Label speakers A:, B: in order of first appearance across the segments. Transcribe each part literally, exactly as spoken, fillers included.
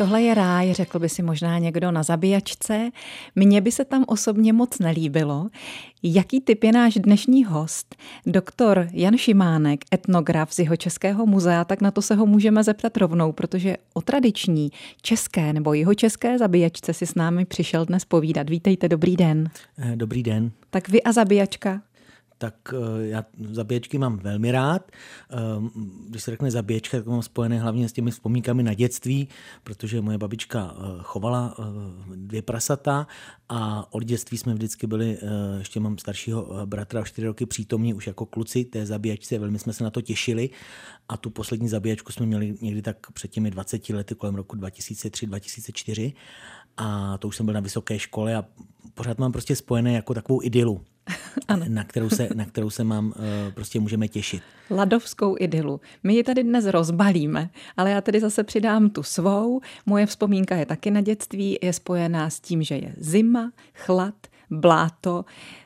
A: tohle je ráj, řekl by si možná někdo na zabíjačce. Mně by se tam osobně moc nelíbilo. Jaký typ je náš dnešní host? Doktor Jan Šimánek, etnograf z Jihočeského muzea, tak na to se ho můžeme zeptat rovnou, protože o tradiční české nebo jihočeské zabíjačce si s námi přišel dnes povídat. Vítejte, dobrý den.
B: Dobrý den.
A: Tak vy a zabíjačka?
B: Tak já zabíječky mám velmi rád. Když se řekne zabíječka, tak mám spojené hlavně s těmi vzpomínkami na dětství, protože moje babička chovala dvě prasata a od dětství jsme vždycky byli, ještě mám staršího bratra o čtyři roky přítomní už jako kluci té zabíječce, velmi jsme se na to těšili a tu poslední zabíječku jsme měli někdy tak před těmi dvaceti lety kolem roku dva tisíce tři dva tisíce čtyři a to už jsem byl na vysoké škole a pořád mám prostě spojené jako takovou idylu. Na kterou, se, na kterou se mám prostě můžeme těšit.
A: Ladovskou idylu. My ji tady dnes rozbalíme, ale já tedy zase přidám tu svou. Moje vzpomínka je taky na dětství, je spojená s tím, že je zima, chlad, bláto,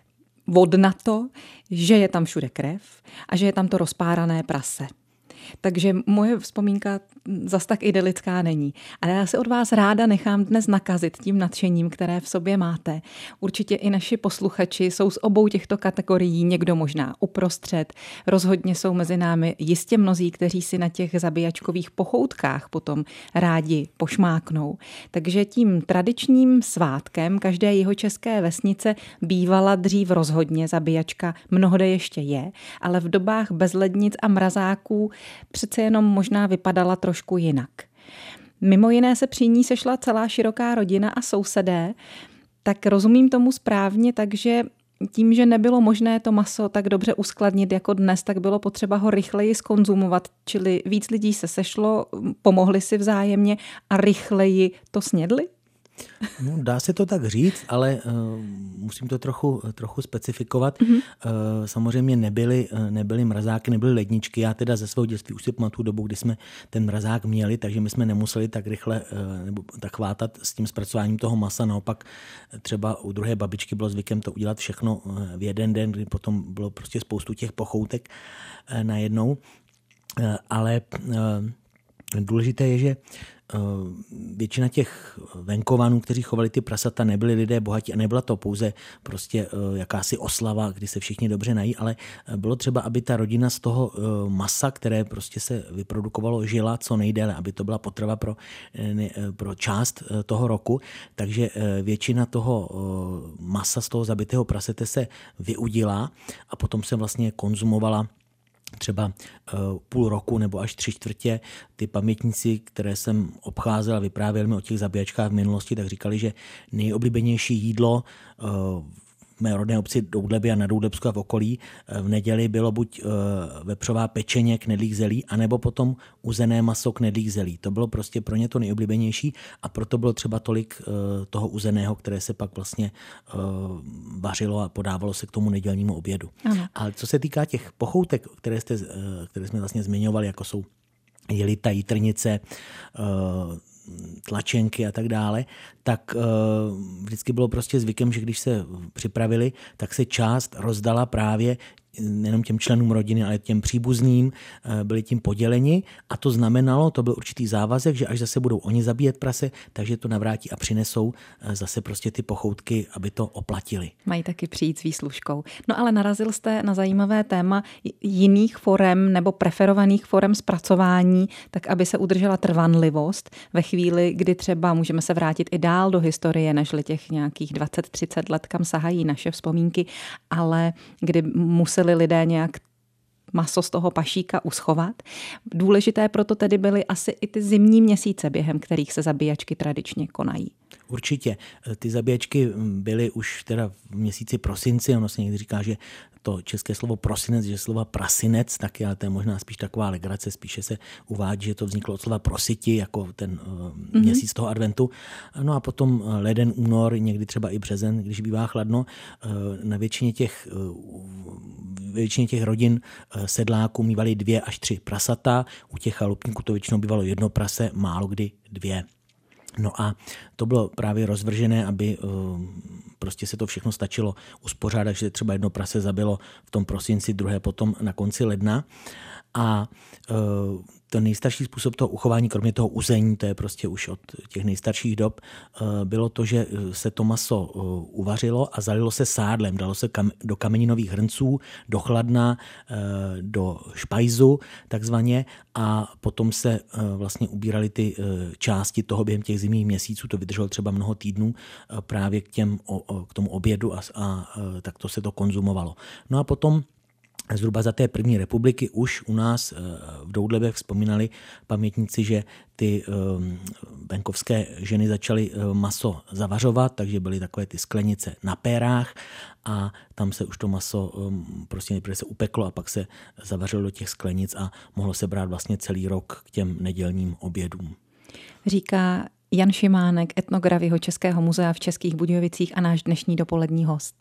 A: vodnato, že je tam všude krev a že je tam to rozpárané prase. Takže moje vzpomínka zas tak idylická není. Ale já se od vás ráda nechám dnes nakazit tím nadšením, které v sobě máte. Určitě i naši posluchači jsou z obou těchto kategorií, někdo možná uprostřed. Rozhodně jsou mezi námi jistě mnozí, kteří si na těch zabíjačkových pochoutkách potom rádi pošmáknou. Takže tím tradičním svátkem každé jihočeské vesnice bývala dřív rozhodně zabíjačka, mnohde ještě je, ale v dobách bez lednic a mrazáků přece jenom možná vypadala trošku jinak. Mimo jiné se při ní sešla celá široká rodina a sousedé, tak rozumím tomu správně, takže tím, že nebylo možné to maso tak dobře uskladnit jako dnes, tak bylo potřeba ho rychleji zkonzumovat, čili víc lidí se sešlo, pomohli si vzájemně a rychleji to snědli?
B: No, dá se to tak říct, ale uh, musím to trochu, trochu specifikovat. Mm-hmm. Uh, samozřejmě nebyly, nebyly mrazáky, nebyly ledničky. Já teda ze svého dětství už si pamatuju dobu, kdy jsme ten mrazák měli, takže my jsme nemuseli tak rychle uh, nebo tak chvátat s tím zpracováním toho masa. Naopak třeba u druhé babičky bylo zvykem to udělat všechno v jeden den, kdy potom bylo prostě spoustu těch pochoutek uh, najednou. Uh, ale uh, důležité je, že většina těch venkovanů, kteří chovali ty prasata, nebyli lidé bohatí a nebyla to pouze prostě jakási oslava, kdy se všichni dobře nají, ale bylo třeba, aby ta rodina z toho masa, které prostě se vyprodukovalo, žila co nejdéle, aby to byla potrava pro, pro část toho roku. Takže většina toho masa z toho zabitého prasete se vyudila a potom se vlastně konzumovala třeba půl roku nebo až tři čtvrtě. Ty pamětníci, které jsem obcházel a vyprávěl mi o těch zabíjačkách v minulosti, tak říkali, že nejoblíbenější jídlo v mé rodné obci Doudleby a na Doudlebsku a v okolí v neděli bylo buď vepřová pečeně knedlých zelí, anebo potom uzené maso knedlých zelí. To bylo prostě pro ně to nejoblíbenější a proto bylo třeba tolik toho uzeného, které se pak vlastně vařilo a podávalo se k tomu nedělnímu obědu. Ano. Ale co se týká těch pochoutek, které, jste, které jsme vlastně zmiňovali, jako jsou jelita, jitrnice, tlačenky a tak dále, tak vždycky bylo prostě zvykem, že když se připravili, tak se část rozdala právě nejenom těm členům rodiny, ale těm příbuzným, byli tím poděleni a to znamenalo, to byl určitý závazek, že až zase budou oni zabíjet prase, takže to navrátí a přinesou zase prostě ty pochoutky, aby to oplatili.
A: Mají taky přijít s výslužkou. No ale narazil jste na zajímavé téma jiných forem nebo preferovaných forem zpracování, tak aby se udržela trvanlivost ve chvíli, kdy třeba můžeme se vrátit i dál do historie, nežli těch nějakých dvacet třicet let, kam sahají naše vzpomínky, ale kdy museli lidé nějak maso z toho pašíka uschovat. Důležité proto tedy byly asi i ty zimní měsíce, během kterých se zabíjačky tradičně konají.
B: Určitě. Ty zabíjačky byly už teda v měsíci prosinci, ono se někdy říká, že to české slovo prosinec, že slova prasinec, tak ale to je možná spíš taková legrace, spíše se uvádí, že to vzniklo od slova prositi, jako ten mm-hmm. měsíc toho adventu. No a potom leden, únor, někdy třeba i březen, když bývá chladno. Na většině těch, většině těch rodin sedláků mívali dvě až tři prasata, u těch chalupníků to většinou bývalo jedno prase, málo kdy dvě. No a to bylo právě rozvržené, aby prostě se to všechno stačilo uspořádat, že třeba jedno prase zabilo v tom prosinci, druhé potom na konci ledna. A ten nejstarší způsob toho uchování, kromě toho uzení, to je prostě už od těch nejstarších dob, bylo to, že se to maso uvařilo a zalilo se sádlem. Dalo se do kameninových hrnců, do chladna, do špajzu takzvaně a potom se vlastně ubíraly ty části toho během těch zimních měsíců. To vydrželo třeba mnoho týdnů právě k, těm, k tomu obědu a, a tak to se to konzumovalo. No a potom zhruba za té první republiky už u nás v Doudlebech vzpomínali pamětníci, že ty venkovské ženy začaly maso zavařovat, takže byly takové ty sklenice na pérách a tam se už to maso prostě nejprve se upeklo a pak se zavařilo do těch sklenic a mohlo se brát vlastně celý rok k těm nedělním obědům.
A: Říká Jan Šimánek, etnograf Jihočeského muzea v Českých Budějovicích a náš dnešní dopolední host.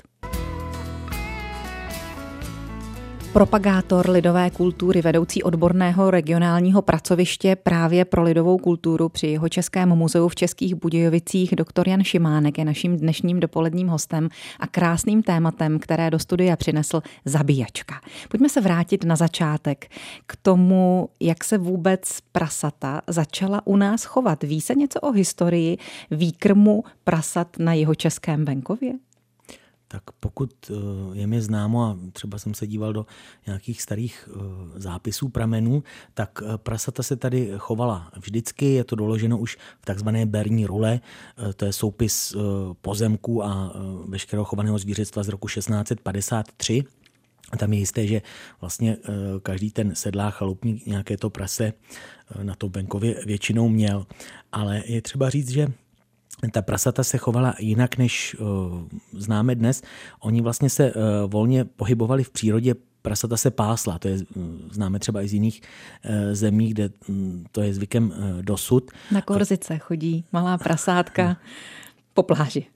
A: Propagátor lidové kultury, vedoucí odborného regionálního pracoviště právě pro lidovou kulturu při Jihočeském muzeu v Českých Budějovicích doktor Jan Šimánek je naším dnešním dopoledním hostem a krásným tématem, které do studia přinesl, zabíjačka. Pojďme se vrátit na začátek k tomu, jak se vůbec prasata začala u nás chovat. Ví se něco o historii výkrmu prasat na jihočeském venkově?
B: Tak pokud je mi známo, a třeba jsem se díval do nějakých starých zápisů pramenů, tak prasata se tady chovala vždycky, je to doloženo už v takzvané berní rule, to je soupis pozemků a veškerého chovaného zvířectva z roku šestnáct set padesát tři. A tam je jisté, že vlastně každý ten sedlák, chalupník nějaké to prase na tom venkově většinou měl. Ale je třeba říct, že ta prasata se chovala jinak, než uh, známe dnes. Oni vlastně se uh, volně pohybovali v přírodě, prasata se pásla. To je uh, známe třeba i z jiných uh, zemí, kde um, to je zvykem uh, dosud.
A: Na Korzice chodí malá prasátka po pláži.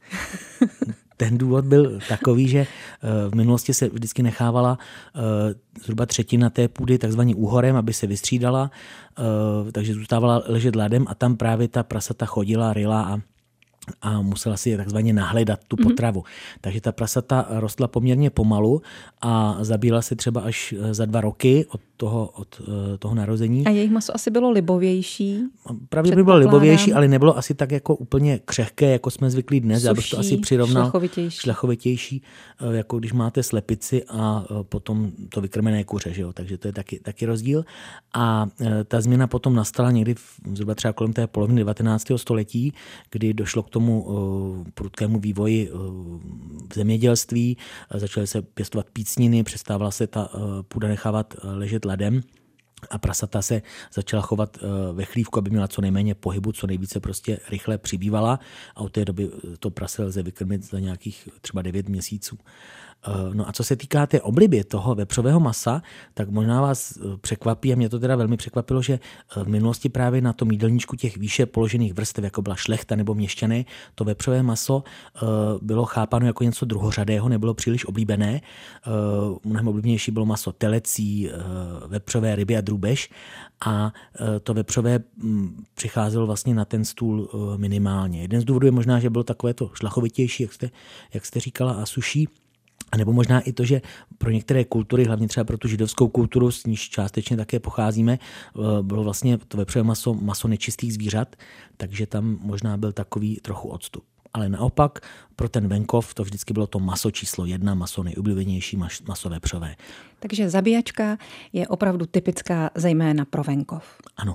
B: Ten důvod byl takový, že v minulosti se vždycky nechávala zhruba třetina té půdy takzvaně úhorem, aby se vystřídala, takže zůstávala ležet ladem a tam právě ta prasata chodila, ryla a a musela si je takzvaně nahledat tu potravu. Mm-hmm. Takže ta prasata rostla poměrně pomalu a zabíjela se třeba až za dva roky od toho, od toho narození.
A: A jejich maso asi bylo libovější?
B: Pravděpodobně by bylo libovější, ale nebylo asi tak jako úplně křehké, jako jsme zvyklí dnes.
A: Suší,
B: já bych to asi přirovnal
A: šlachovitější.
B: šlachovitější, jako když máte slepici a potom to vykrmené kuře, že jo? Takže to je taky, taky rozdíl. A ta změna potom nastala někdy v, zhruba třeba kolem té poloviny devatenáctého století, kdy došlo k tomu uh, prudkému vývoji uh, v zemědělství, uh, začaly se pěstovat pícniny, přestávala se ta uh, půda nechávat uh, ležet ladem a prasata se začala chovat uh, ve chlívku, aby měla co nejméně pohybu, co nejvíce prostě rychle přibývala a od té doby to prase lze vykrmit za nějakých třeba devět měsíců. No a co se týká té obliby toho vepřového masa, tak možná vás překvapí, a mě to teda velmi překvapilo, že v minulosti právě na tom jídelníčku těch výše položených vrstev, jako byla šlechta nebo měšťané, to vepřové maso bylo chápáno jako něco druhořadého, nebylo příliš oblíbené. Mnohem oblíbenější bylo maso telecí, vepřové ryby a drůbež a to vepřové přicházelo vlastně na ten stůl minimálně. Jeden z důvodů je možná, že bylo takové to šlachovitější, jak jste, jak jste říkala, a suší. A nebo možná i to, že pro některé kultury, hlavně třeba pro tu židovskou kulturu, s níž částečně také pocházíme, bylo vlastně to vepřové maso, maso nečistých zvířat, takže tam možná byl takový trochu odstup. Ale naopak pro ten venkov to vždycky bylo to maso číslo jedna, maso nejoblíbenější, maso vepřové.
A: Takže zabíjačka je opravdu typická zejména pro venkov.
B: Ano.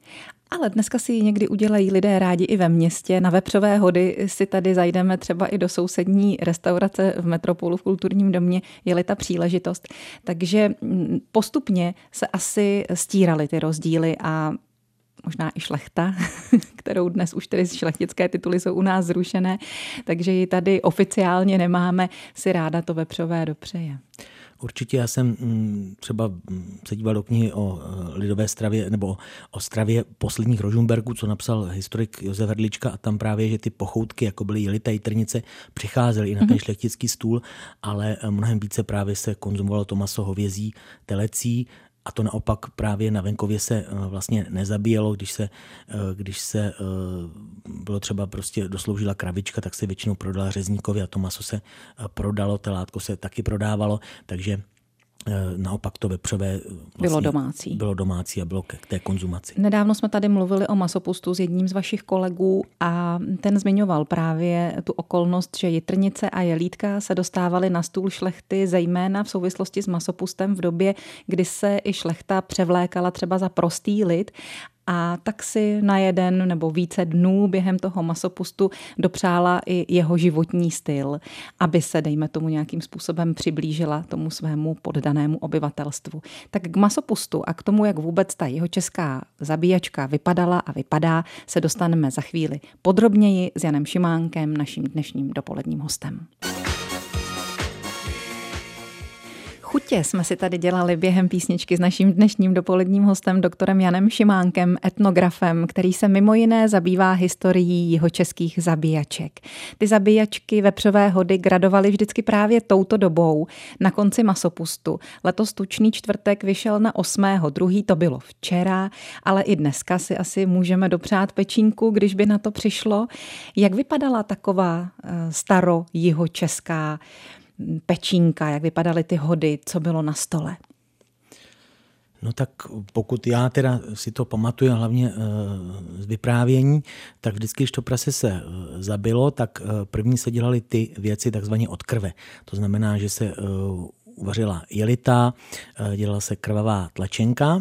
A: Ale dneska si ji někdy udělají lidé rádi i ve městě. Na vepřové hody si tady zajdeme třeba i do sousední restaurace v Metropolu v kulturním domě, je-li ta příležitost. Takže postupně se asi stíraly ty rozdíly a možná i šlechta, kterou dnes už tedy šlechtické tituly jsou u nás zrušené, takže ji tady oficiálně nemáme, si ráda to vepřové dopřeje.
B: Určitě já jsem třeba se díval do knihy o lidové stravě nebo o stravě posledních Rožmberků, co napsal historik Josef Hrdlička, a tam právě, že ty pochoutky, jako byly jelita, jitrnice, přicházely i na ten mm-hmm. šlechtický stůl, ale mnohem více právě se konzumovalo to maso hovězí, telecí, a to naopak právě na venkově se vlastně nezabíjelo, když se, když se bylo třeba prostě dosloužila kravička, tak se většinou prodala řezníkovi a to maso se prodalo, telátko se taky prodávalo, takže naopak to vepřové vlastně
A: bylo domácí.
B: Bylo domácí a bylo k té konzumaci.
A: Nedávno jsme tady mluvili o masopustu s jedním z vašich kolegů a ten zmiňoval právě tu okolnost, že jitrnice a jelítka se dostávaly na stůl šlechty zejména v souvislosti s masopustem v době, kdy se i šlechta převlékala třeba za prostý lid. A tak si na jeden nebo více dnů během toho masopustu dopřála i jeho životní styl, aby se, dejme tomu, nějakým způsobem přiblížila tomu svému poddanému obyvatelstvu. Tak k masopustu a k tomu, jak vůbec ta jeho česká zabíjačka vypadala a vypadá, se dostaneme za chvíli podrobněji s Janem Šimánkem, naším dnešním dopoledním hostem. Chutě jsme si tady dělali během písničky s naším dnešním dopoledním hostem, doktorem Janem Šimánkem, etnografem, který se mimo jiné zabývá historií jihočeských zabíjaček. Ty zabíjačky vepřové hody gradovaly vždycky právě touto dobou na konci masopustu. Letos tučný čtvrtek vyšel na osmého druhý to bylo včera, ale i dneska si asi můžeme dopřát pečínku, když by na to přišlo. Jak vypadala taková staro jihočeská pečínka, jak vypadaly ty hody, co bylo na stole?
B: No tak pokud já teda si to pamatuju, hlavně z vyprávění, tak vždycky, když to prase se zabilo, tak první se dělaly ty věci takzvaně od krve. To znamená, že se uvařila jelita, dělala se krvavá tlačenka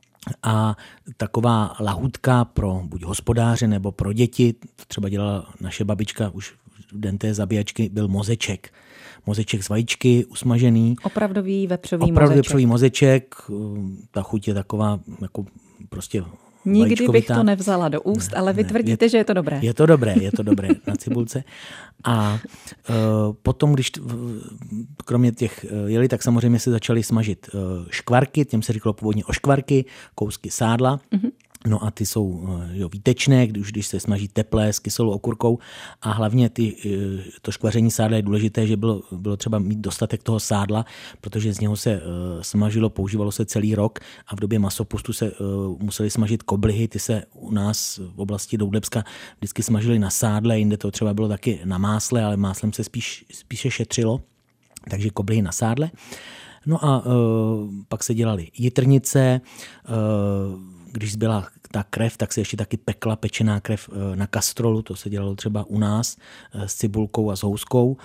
B: a taková lahůdka pro buď hospodáře nebo pro děti, třeba dělala naše babička už v den té zabíjačky, byl mozeček. Mozeček z vajíčky, usmažený.
A: Opravdový vepřový
B: Opravdu
A: mozeček.
B: vepřový mozeček. Ta chuť je taková jako prostě
A: Nikdy
B: vajíčkovitá.
A: bych to nevzala do úst, ale vy
B: ne,
A: tvrdíte,
B: je,
A: že je to dobré.
B: Je to dobré, je to dobré na cibulce. A uh, potom, když t, kromě těch jeli, tak samozřejmě se začaly smažit uh, škvarky, těm se říkalo původně oškvarky, kousky sádla. Mm-hmm. No a ty jsou jo, výtečné, když, když se smaží teplé s kyselou okurkou a hlavně ty, to škvaření sádla je důležité, že bylo, bylo třeba mít dostatek toho sádla, protože z něho se uh, smažilo, používalo se celý rok a v době masopustu se uh, museli smažit koblihy, ty se u nás v oblasti Doudebska vždycky smažily na sádle, jinde to třeba bylo taky na másle, ale máslem se spíš, spíše šetřilo, takže koblihy na sádle. No a uh, pak se dělaly jitrnice, uh, když zbyla ta krev, tak se ještě taky pekla pečená krev na kastrolu, to se dělalo třeba u nás s cibulkou a s houskou.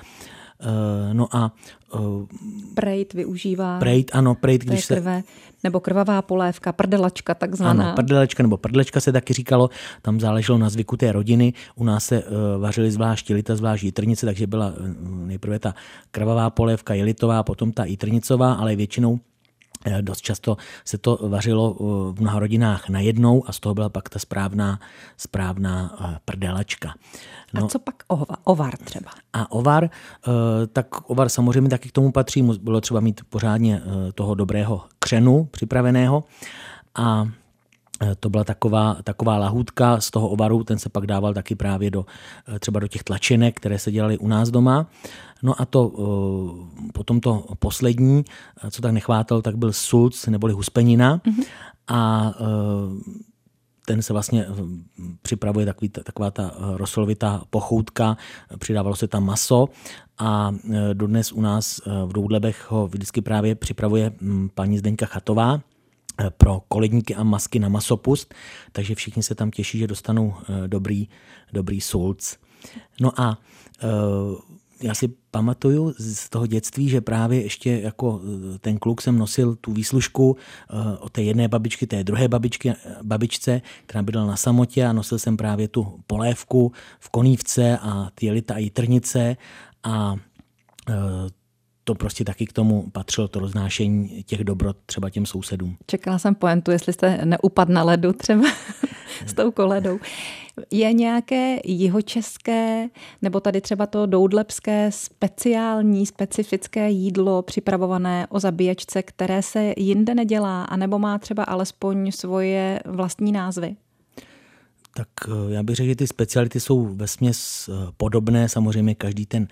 B: No a
A: prejt využívá.
B: Prejt, ano, prejt, když
A: krve, se... nebo krvavá polévka, prdelačka takzvaná.
B: Ano, prdelačka nebo prdlečka se taky říkalo, tam záleželo na zvyku té rodiny. U nás se uh, vařily zvlášť jelita, zvlášť jitrnice, takže byla uh, nejprve ta krvavá polévka jelitová, potom ta jitrnicová, ale většinou dost často se to vařilo v mnoha rodinách najednou a z toho byla pak ta správná, správná prdelačka.
A: No. A co pak ova, ovar třeba?
B: A ovar, tak ovar samozřejmě taky k tomu patří. Bylo třeba mít pořádně toho dobrého křenu připraveného a to byla taková, taková lahůdka z toho ovaru, ten se pak dával taky právě do, třeba do těch tlačenek, které se dělaly u nás doma. No a to potom to poslední, co tak nechvátalo, tak byl sulc neboli huspenina. Mm-hmm. A ten se vlastně připravuje takový, taková ta rosolovitá pochoutka, přidávalo se tam maso a dodnes u nás v Doudlebech ho vždycky právě připravuje paní Zdeňka Chatová pro koledníky a masky na masopust, takže všichni se tam těší, že dostanou dobrý, dobrý sulc. No a já si pamatuju z toho dětství, že právě ještě jako ten kluk jsem nosil tu výslužku od té jedné babičky, té druhé babičky, babičce, která bydlela na samotě a nosil jsem právě tu polévku v konívce a ty jelita a jitrnice a to prostě taky k tomu patřilo, to roznášení těch dobrot třeba těm sousedům.
A: Čekala jsem pointu, jestli jste neupadl na ledu třeba s tou koledou. Je nějaké jihočeské nebo tady třeba to doudlebské speciální, specifické jídlo připravované o zabíječce, které se jinde nedělá, anebo má třeba alespoň svoje vlastní názvy?
B: Tak já bych řekl, že ty speciality jsou vesměs podobné. Samozřejmě každý ten,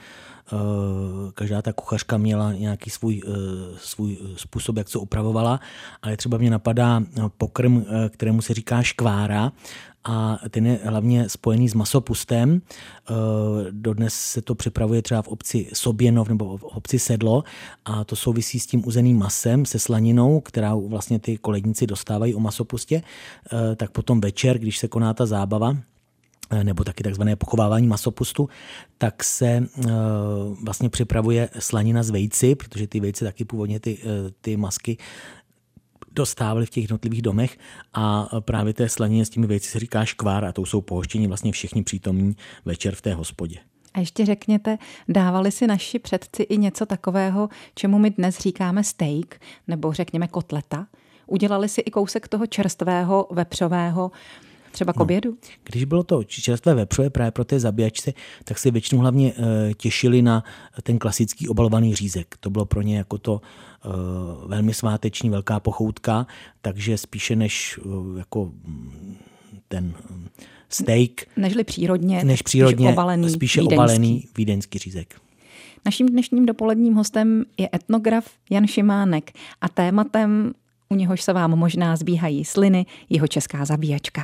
B: každá ta kuchařka měla nějaký svůj, svůj způsob, jak co upravovala, ale třeba mě napadá pokrm, kterému se říká škvára a ten je hlavně spojený s masopustem. Dodnes se to připravuje třeba v obci Soběnov nebo v obci Sedlo a to souvisí s tím uzeným masem, se slaninou, kterou vlastně ty koledníci dostávají o masopustě. Tak potom večer, když se koná ta zábava, nebo taky takzvané pochovávání masopustu, tak se uh, vlastně připravuje slanina z vejci, protože ty vejce taky původně ty, uh, ty masky dostávali v těch jednotlivých domech a právě té slanině s těmi vejci se říká škvár a to jsou pohoštěni vlastně všichni přítomní večer v té hospodě.
A: A ještě řekněte, dávali si naši předci i něco takového, čemu my dnes říkáme steak, nebo řekněme kotleta? Udělali si i kousek toho čerstvého vepřového, třeba k obědu? No,
B: když bylo to čerstvé vepřové právě pro té zabíjačce, tak se většinou hlavně e, těšili na ten klasický obalovaný řízek. To bylo pro ně jako to e, velmi sváteční velká pochoutka, takže spíše než e, jako ten steak.
A: Nežli přírodně,
B: než přírodně
A: spíš obalený,
B: spíše
A: vídeňský.
B: obalený vídeňský řízek.
A: Naším dnešním dopoledním hostem je etnograf Jan Šimánek a tématem, u něhož se vám možná zbíhají sliny, jeho česká zabíjačka.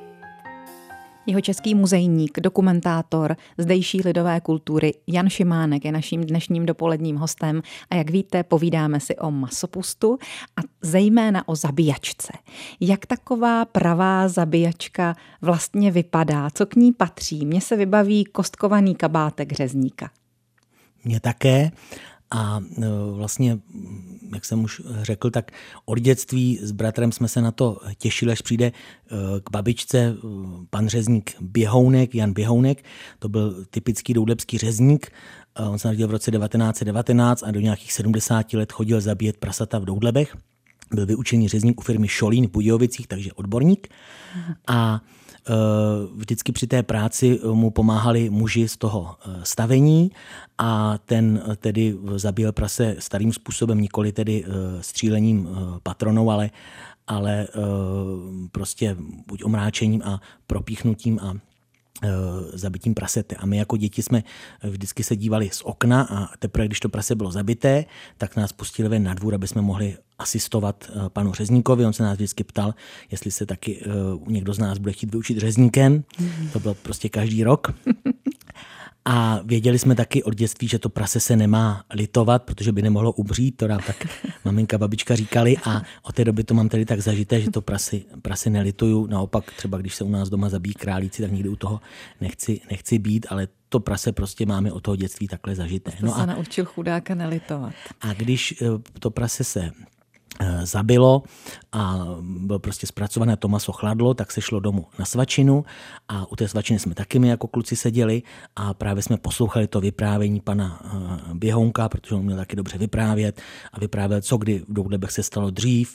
A: Jeho český muzejník, dokumentátor zdejší lidové kultury Jan Šimánek je naším dnešním dopoledním hostem a jak víte, povídáme si o masopustu a zejména o zabíjačce. Jak taková pravá zabíjačka vlastně vypadá? Co k ní patří? Mně se vybaví kostkovaný kabátek řezníka.
B: Mně také. A vlastně, jak jsem už řekl, tak od dětství s bratrem jsme se na to těšili, až přijde k babičce pan řezník Běhounek, Jan Běhounek. To byl typický doudebský řezník. On se narodil v roce devatenáct set devatenáct a do nějakých sedmdesáti let chodil zabíjet prasata v Doudlebech. Byl vyučený řezník u firmy Šolín v Budějovicích, takže odborník. A vždycky při té práci mu pomáhali muži z toho stavení a ten tedy zabíjel prase starým způsobem, nikoli tedy střílením patronou, ale, ale prostě buď omráčením a propíchnutím a zabitím prasete. A my jako děti jsme vždycky se dívali z okna a teprve, když to prase bylo zabité, tak nás pustili ven na dvůr, aby jsme mohli asistovat panu řezníkovi. On se nás vždycky ptal, jestli se taky někdo z nás bude chtít vyučit řezníkem. To bylo prostě každý rok. A věděli jsme taky od dětství, že to prase se nemá litovat, protože by nemohlo umřít, to nám tak maminka, babička říkali a od té doby to mám tedy tak zažité, že to prasy, prasy nelituju. Naopak třeba, když se u nás doma zabíjí králíci, tak nikdy u toho nechci, nechci být, ale to prase prostě máme od toho dětství takhle zažité.
A: Jste no se a, naučil chudáka nelitovat.
B: A když to prase se zabilo a byl prostě zpracované, to maso chladlo, tak se šlo domů na svačinu a u té svačiny jsme taky my jako kluci seděli a právě jsme poslouchali to vyprávění pana Běhounka, protože on měl taky dobře vyprávět a vyprávěl, co kdy v Doudlebech se stalo dřív,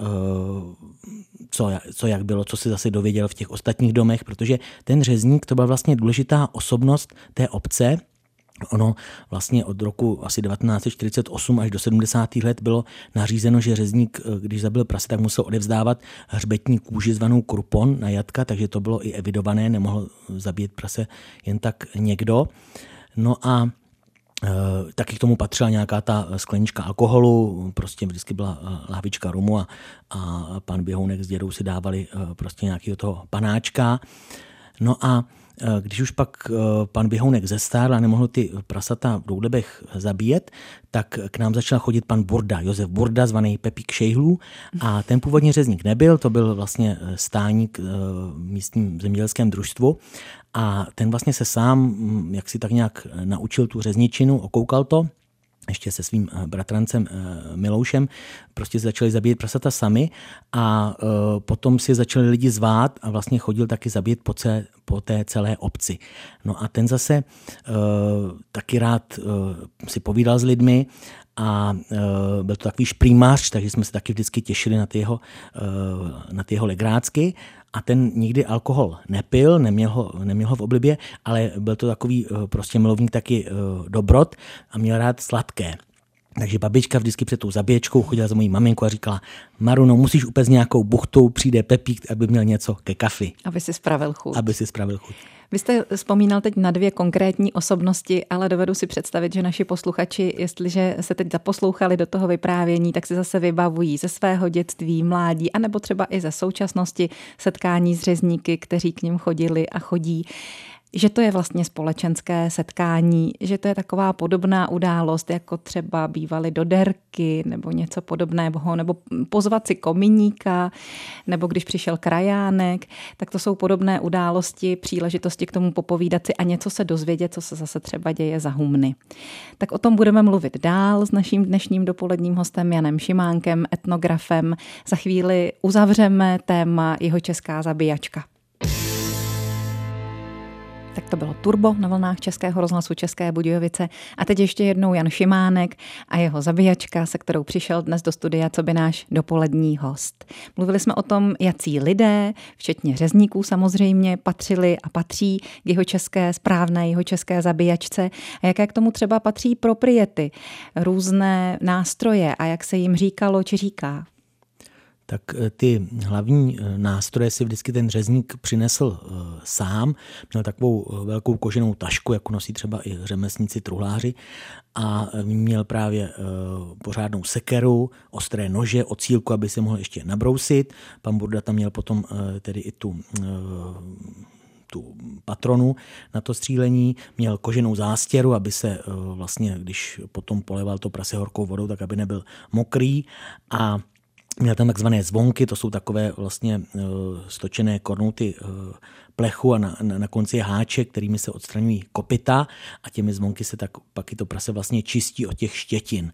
B: co, co jak bylo, co se zase dověděl v těch ostatních domech, protože ten řezník to byla vlastně důležitá osobnost té obce. Ono vlastně od roku asi devatenáct set čtyřicet osm až do sedmdesátých let bylo nařízeno, že řezník, když zabil prase, tak musel odevzdávat hřbetní kůži zvanou krupon na jatka, takže to bylo i evidované, nemohl zabít prase jen tak někdo. No a e, taky k tomu patřila nějaká ta sklenička alkoholu, prostě vždycky byla lahvička rumu a, a pan Běhounek s dědou si dávali e, prostě nějakého toho panáčka. No a když už pak pan Běhounek zestárl a nemohl ty prasata v Doudlebech zabíjet, tak k nám začal chodit pan Burda, Josef Burda, zvaný Pepík Šejhlů. A ten původně řezník nebyl, to byl vlastně stáník v místním zemědělském družstvu. A ten vlastně se sám, jak si tak nějak naučil tu řezničinu, okoukal to, ještě se svým bratrancem Miloušem, prostě začali zabíjet prasata sami a potom si začali lidi zvát a vlastně chodil taky zabíjet po, celé, po té celé obci. No a ten zase taky rád si povídal s lidmi a byl to takový šprýmař, takže jsme se taky vždycky těšili na ty jeho, na ty jeho legrácky. A ten nikdy alkohol nepil, neměl ho, neměl ho v oblibě, ale byl to takový prostě milovník taky dobrot a měl rád sladké. Takže babička vždycky před tou zabíječkou chodila za mojí maminku a říkala: Maruno, musíš upéct nějakou buchtu, přijde Pepík, aby měl něco ke kafi.
A: Aby si spravil chuť.
B: Aby si spravil chuť.
A: Vy jste vzpomínal teď na dvě konkrétní osobnosti, ale dovedu si představit, že naši posluchači, jestliže se teď zaposlouchali do toho vyprávění, tak si zase vybavují ze svého dětství, mládí, anebo třeba i ze současnosti setkání s řezníky, kteří k nim chodili a chodí. Že to je vlastně společenské setkání, že to je taková podobná událost, jako třeba bývaly doderky nebo něco podobného, nebo pozvat si kominíka, nebo když přišel krajánek, tak to jsou podobné události, příležitosti k tomu popovídat si a něco se dozvědět, co se zase třeba děje za humny. Tak o tom budeme mluvit dál s naším dnešním dopoledním hostem Janem Šimánkem, etnografem. Za chvíli uzavřeme téma Jihočeská zabíjačka. Tak to bylo Turbo na vlnách Českého rozhlasu České Budějovice. A teď ještě jednou Jan Šimánek a jeho zabíjačka, se kterou přišel dnes do studia coby náš dopolední host. Mluvili jsme o tom, jací lidé, včetně řezníků samozřejmě, patřili a patří k jihočeské, správné jihočeské zabíjačce a jaké k tomu třeba patří propriety, různé nástroje a jak se jim říkalo či říká.
B: Tak ty hlavní nástroje si vždycky ten řezník přinesl sám. Měl takovou velkou koženou tašku, jako nosí třeba i řemeslníci, truhláři, a měl právě pořádnou sekeru, ostré nože, ocílku, aby se mohl ještě nabrousit. Pan Burda tam měl potom tedy i tu tu patronu na to střílení, měl koženou zástěru, aby se vlastně, když potom poleval to prase horkou vodou, tak aby nebyl mokrý, a měl tam takzvané zvonky, to jsou takové vlastně stočené kornuty plechu a na, na, na konci je háček, kterými se odstraňují kopyta a těmi zvonky se tak pak i to prase vlastně čistí od těch štětin.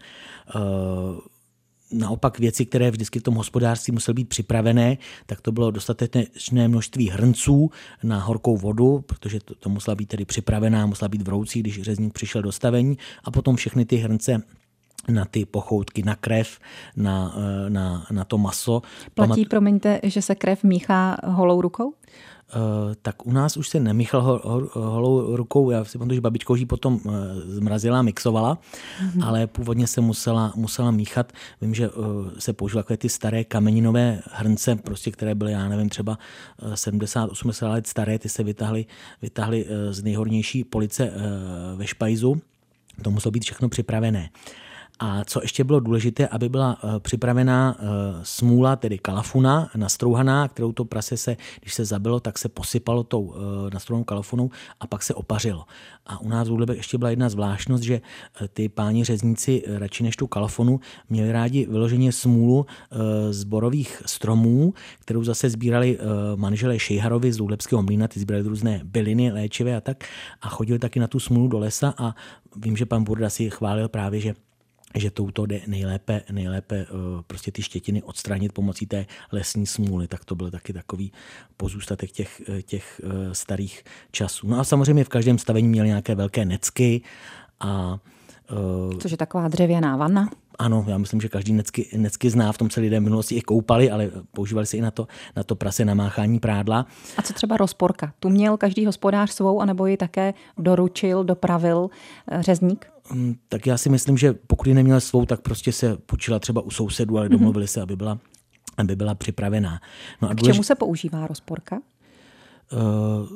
B: Naopak věci, které vždycky v tom hospodářství musely být připravené, tak to bylo dostatečné množství hrnců na horkou vodu, protože to, to musela být tedy připravená, musela být vroucí, když řezník přišel do stavení, a potom všechny ty hrnce na ty pochoutky, na krev, na, na, na to maso.
A: Platí, promiňte, že se krev míchá holou rukou? Uh,
B: tak u nás už se nemíchal ho, ho, holou rukou. Já si pamatuju, že babička už ji potom uh, zmrazila a mixovala, mm-hmm. ale původně se musela, musela míchat. Vím, že uh, se používaly takové ty staré kameninové hrnce, prostě, které byly, já nevím, třeba uh, sedmdesát osmdesát let staré, ty se vytáhly, vytáhly uh, z nejhornější police uh, ve špajzu. To muselo být všechno připravené. A co ještě bylo důležité, aby byla připravená smůla, tedy kalafuna, nastrouhaná, kterou to prase se, když se zabilo, tak se posypalo tou nastrouhanou kalafunou a pak se opařilo. A u nás v Údlebech ještě byla jedna zvláštnost, že ty páni řezníci radši než tu kalafonu měli rádi vyloženě smůlu z borových stromů, kterou zase sbírali manželé Šejharovi z Údlebského mlýna, ty sbírali různé byliny léčivé a tak, a chodili taky na tu smůlu do lesa, a vím, že pan Burda si chválil právě, že že touto jde nejlépe, nejlépe prostě ty štětiny odstranit pomocí té lesní smůly. Tak to byl taky takový pozůstatek těch, těch starých časů. No a samozřejmě v každém stavení měli nějaké velké necky. A,
A: což je taková dřevěná vanna?
B: Ano, já myslím, že každý necky, necky zná, v tom se lidé v minulosti i koupali, ale používali se i na to, na to prase na máchání prádla.
A: A co třeba rozporka? Tu měl každý hospodář svou, anebo ji také doručil, dopravil řezník?
B: Tak já si myslím, že pokud ji neměl svou, tak prostě se půjčila třeba u sousedů, ale domluvili se, aby byla, aby byla připravená. No a,
A: a k
B: důlež...
A: čemu se používá rozporka?
B: Uh,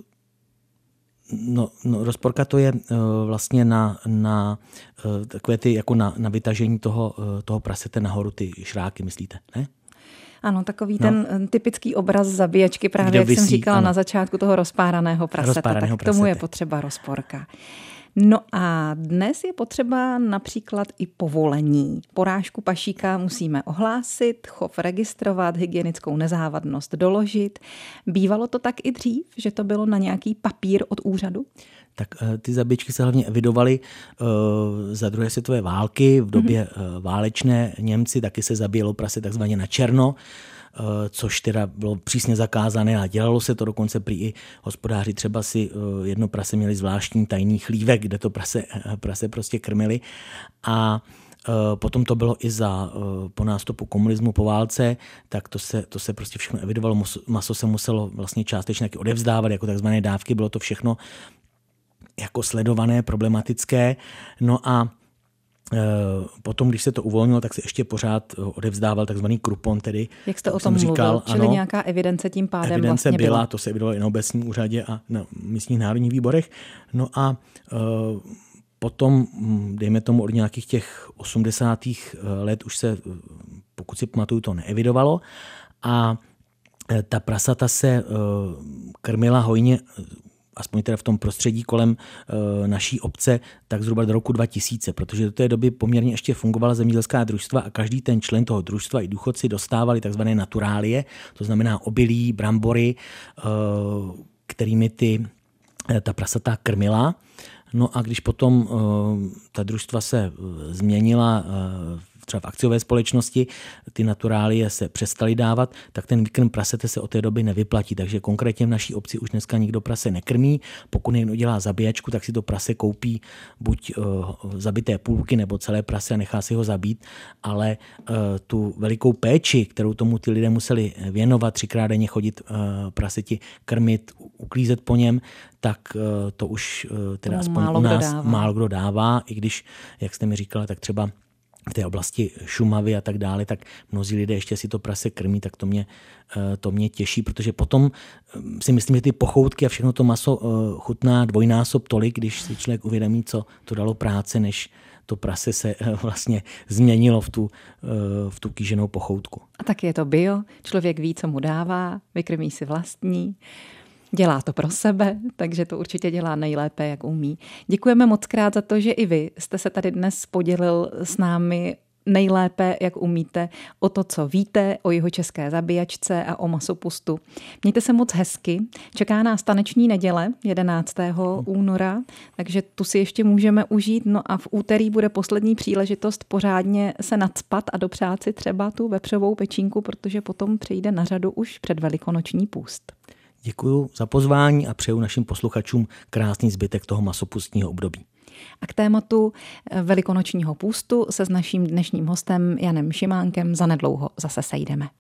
B: no, no, rozporka to je uh, vlastně na, na uh, takové ty, jako na, na vytažení toho, uh, toho prasete nahoru, ty šráky, myslíte, ne?
A: Ano, takový no. ten typický obraz zabíjačky, právě Kde jak vysí, jsem říkala ano. na začátku toho rozpáraného praseta, rozpáraného tak k tomu prasete. Je potřeba rozporka. No a dnes je potřeba například i povolení. Porážku pašíka musíme ohlásit, chov registrovat, hygienickou nezávadnost doložit. Bývalo to tak i dřív, že to bylo na nějaký papír od úřadu?
B: Tak ty zabíječky se hlavně evidovaly uh, za druhé světové války. V době mm-hmm. uh, válečné Němci taky se zabíjelo prase takzvaně na černo, uh, což teda bylo přísně zakázané a dělalo se to, dokonce prý i hospodáři třeba si uh, jedno prase měli zvláštní tajný chlívek, kde to prase, prase prostě krmili. A potom to bylo i za, po nástupu komunismu, po válce, tak to se, to se prostě všechno evidovalo. Maso se muselo vlastně částečně odevzdávat jako takzvané dávky, bylo to všechno jako sledované, problematické. No a Potom, když se to uvolnilo, tak se ještě pořád odevzdával takzvaný krupon, tedy.
A: Jak jste o tom říkal, mluvil, čili ano, nějaká evidence tím pádem
B: evidence
A: vlastně byla.
B: byla. To se evidovalo i na obecním úřadě a na místních národních výborech. No a uh, potom, dejme tomu od nějakých těch osmdesátých let už se, pokud si pamatuju, to neevidovalo a ta prasata se krmila hojně, aspoň teda v tom prostředí kolem e, naší obce, tak zhruba do roku dva tisíce, protože do té doby poměrně ještě fungovala zemědělská družstva a každý ten člen toho družstva i důchodci dostávali takzvané naturálie, to znamená obilí, brambory, e, kterými ty, e, ta prasata krmila. No a když potom e, ta družstva se změnila e, třeba v akciové společnosti, ty naturálie se přestaly dávat, tak ten výkrm prasete se od té doby nevyplatí. Takže konkrétně v naší obci už dneska nikdo prase nekrmí. Pokud někdo dělá zabíjačku, tak si to prase koupí buď uh, zabité půlky nebo celé prase a nechá si ho zabít, ale uh, tu velikou péči, kterou tomu ty lidé museli věnovat, třikrát denně chodit uh, praseti krmit, uklízet po něm, tak uh, to už uh, teda aspoň u nás málo kdo dává, i když, jak jste mi říkala, tak třeba v té oblasti Šumavy a tak dále, tak mnozí lidé ještě si to prase krmí, tak to mě, to mě těší, protože potom si myslím, že ty pochoutky a všechno to maso chutná dvojnásob tolik, když si člověk uvědomí, co to dalo práce, než to prase se vlastně změnilo v tu, v tu kýženou pochoutku.
A: A tak je to bio, člověk ví, co mu dává, vykrmí si vlastní. Dělá to pro sebe, takže to určitě dělá nejlépe, jak umí. Děkujeme moc krát za to, že i vy jste se tady dnes podělil s námi nejlépe, jak umíte, o to, co víte o jihočeské zabíjačce a o masopustu. Mějte se moc hezky. Čeká nás taneční neděle jedenáctého února, takže tu si ještě můžeme užít. No a v úterý bude poslední příležitost pořádně se nacpat a dopřát si třeba tu vepřovou pečínku, protože potom přijde na řadu už předvelikonoční půst.
B: Děkuji za pozvání a přeju našim posluchačům krásný zbytek toho masopustního období.
A: A k tématu velikonočního půstu se s naším dnešním hostem Janem Šimánkem zanedlouho zase sejdeme.